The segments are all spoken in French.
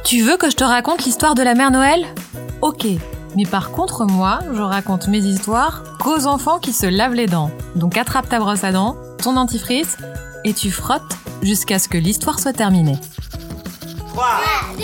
Tu veux que je te raconte l'histoire de la Mère Noël ? Ok, mais par contre moi, je raconte mes histoires qu'aux enfants qui se lavent les dents. Donc attrape ta brosse à dents, ton dentifrice, et tu frottes jusqu'à ce que l'histoire soit terminée. 3, 2,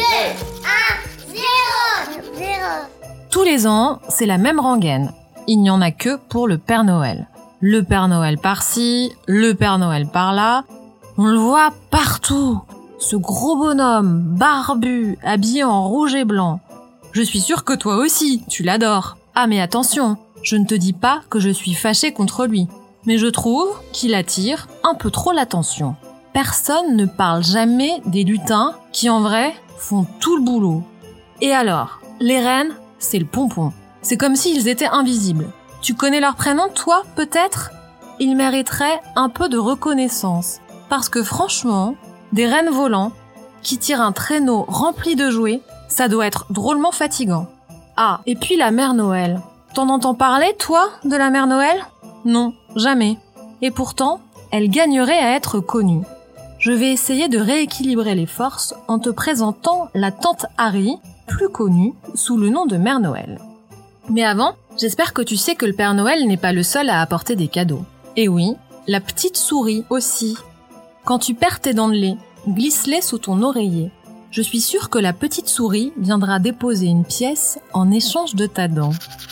1, 0. Tous les ans, c'est la même rengaine. Il n'y en a que pour le Père Noël. Le Père Noël par-ci, le Père Noël par-là. On le voit partout. Ce gros bonhomme, barbu, habillé en rouge et blanc. Je suis sûre que toi aussi, tu l'adores. Ah mais attention, je ne te dis pas que je suis fâchée contre lui. Mais je trouve qu'il attire un peu trop l'attention. Personne ne parle jamais des lutins qui, en vrai, font tout le boulot. Et alors, les reines, c'est le pompon. C'est comme s'ils étaient invisibles. Tu connais leur prénom, toi, peut-être ? Ils mériteraient un peu de reconnaissance. Parce que franchement, des rennes volants qui tirent un traîneau rempli de jouets, ça doit être drôlement fatigant. Ah, et puis la Mère Noël. T'en entends parler, toi, de la Mère Noël ? Non, jamais. Et pourtant, elle gagnerait à être connue. Je vais essayer de rééquilibrer les forces en te présentant la tante Harry, plus connue sous le nom de Mère Noël. Mais avant, j'espère que tu sais que le Père Noël n'est pas le seul à apporter des cadeaux. Et oui, la petite souris aussi. Quand tu perds tes dents de lait, glisse-les sous ton oreiller. Je suis sûre que la petite souris viendra déposer une pièce en échange de ta dent.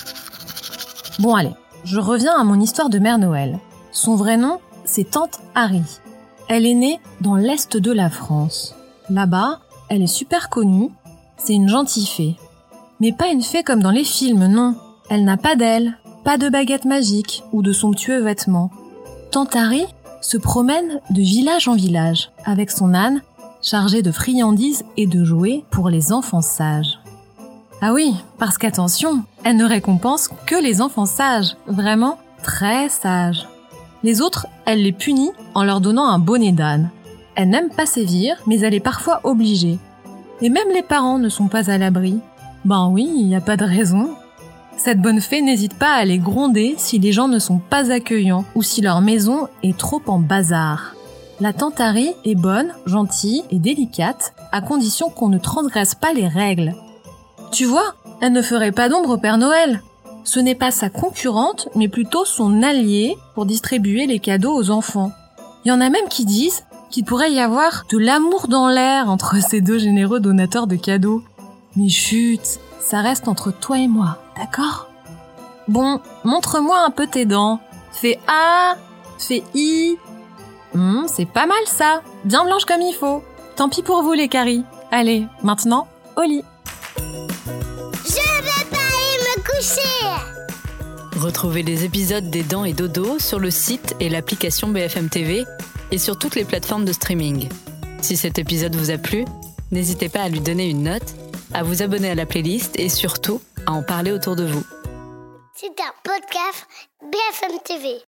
Bon allez, je reviens à mon histoire de Mère Noël. Son vrai nom, c'est tante Harry. Elle est née dans l'est de la France. Là-bas, elle est super connue. C'est une gentille fée. Mais pas une fée comme dans les films, non. Elle n'a pas d'aile, pas de baguette magique ou de somptueux vêtements. Tante Harry se promène de village en village avec son âne chargé de friandises et de jouets pour les enfants sages. Ah oui, parce qu'attention, elle ne récompense que les enfants sages, vraiment très sages. Les autres, elle les punit en leur donnant un bonnet d'âne. Elle n'aime pas sévir, mais elle est parfois obligée. Et même les parents ne sont pas à l'abri. Ben oui, il n'y a pas de raison. Cette bonne fée n'hésite pas à les gronder si les gens ne sont pas accueillants ou si leur maison est trop en bazar. La tante Harry est bonne, gentille et délicate, à condition qu'on ne transgresse pas les règles. Tu vois, elle ne ferait pas d'ombre au Père Noël. Ce n'est pas sa concurrente, mais plutôt son allié pour distribuer les cadeaux aux enfants. Il y en a même qui disent qu'il pourrait y avoir de l'amour dans l'air entre ces deux généreux donateurs de cadeaux. Mais chut, ça reste entre toi et moi, d'accord ? Bon, montre-moi un peu tes dents. Fais A, fais I. C'est pas mal ça, bien blanche comme il faut. Tant pis pour vous les caries. Allez, maintenant, au lit. Je vais pas aller me coucher. Retrouvez les épisodes des Dents et Dodo sur le site et l'application BFM TV et sur toutes les plateformes de streaming. Si cet épisode vous a plu, n'hésitez pas à lui donner une note, à vous abonner à la playlist et surtout à en parler autour de vous. C'est un podcast BFM TV.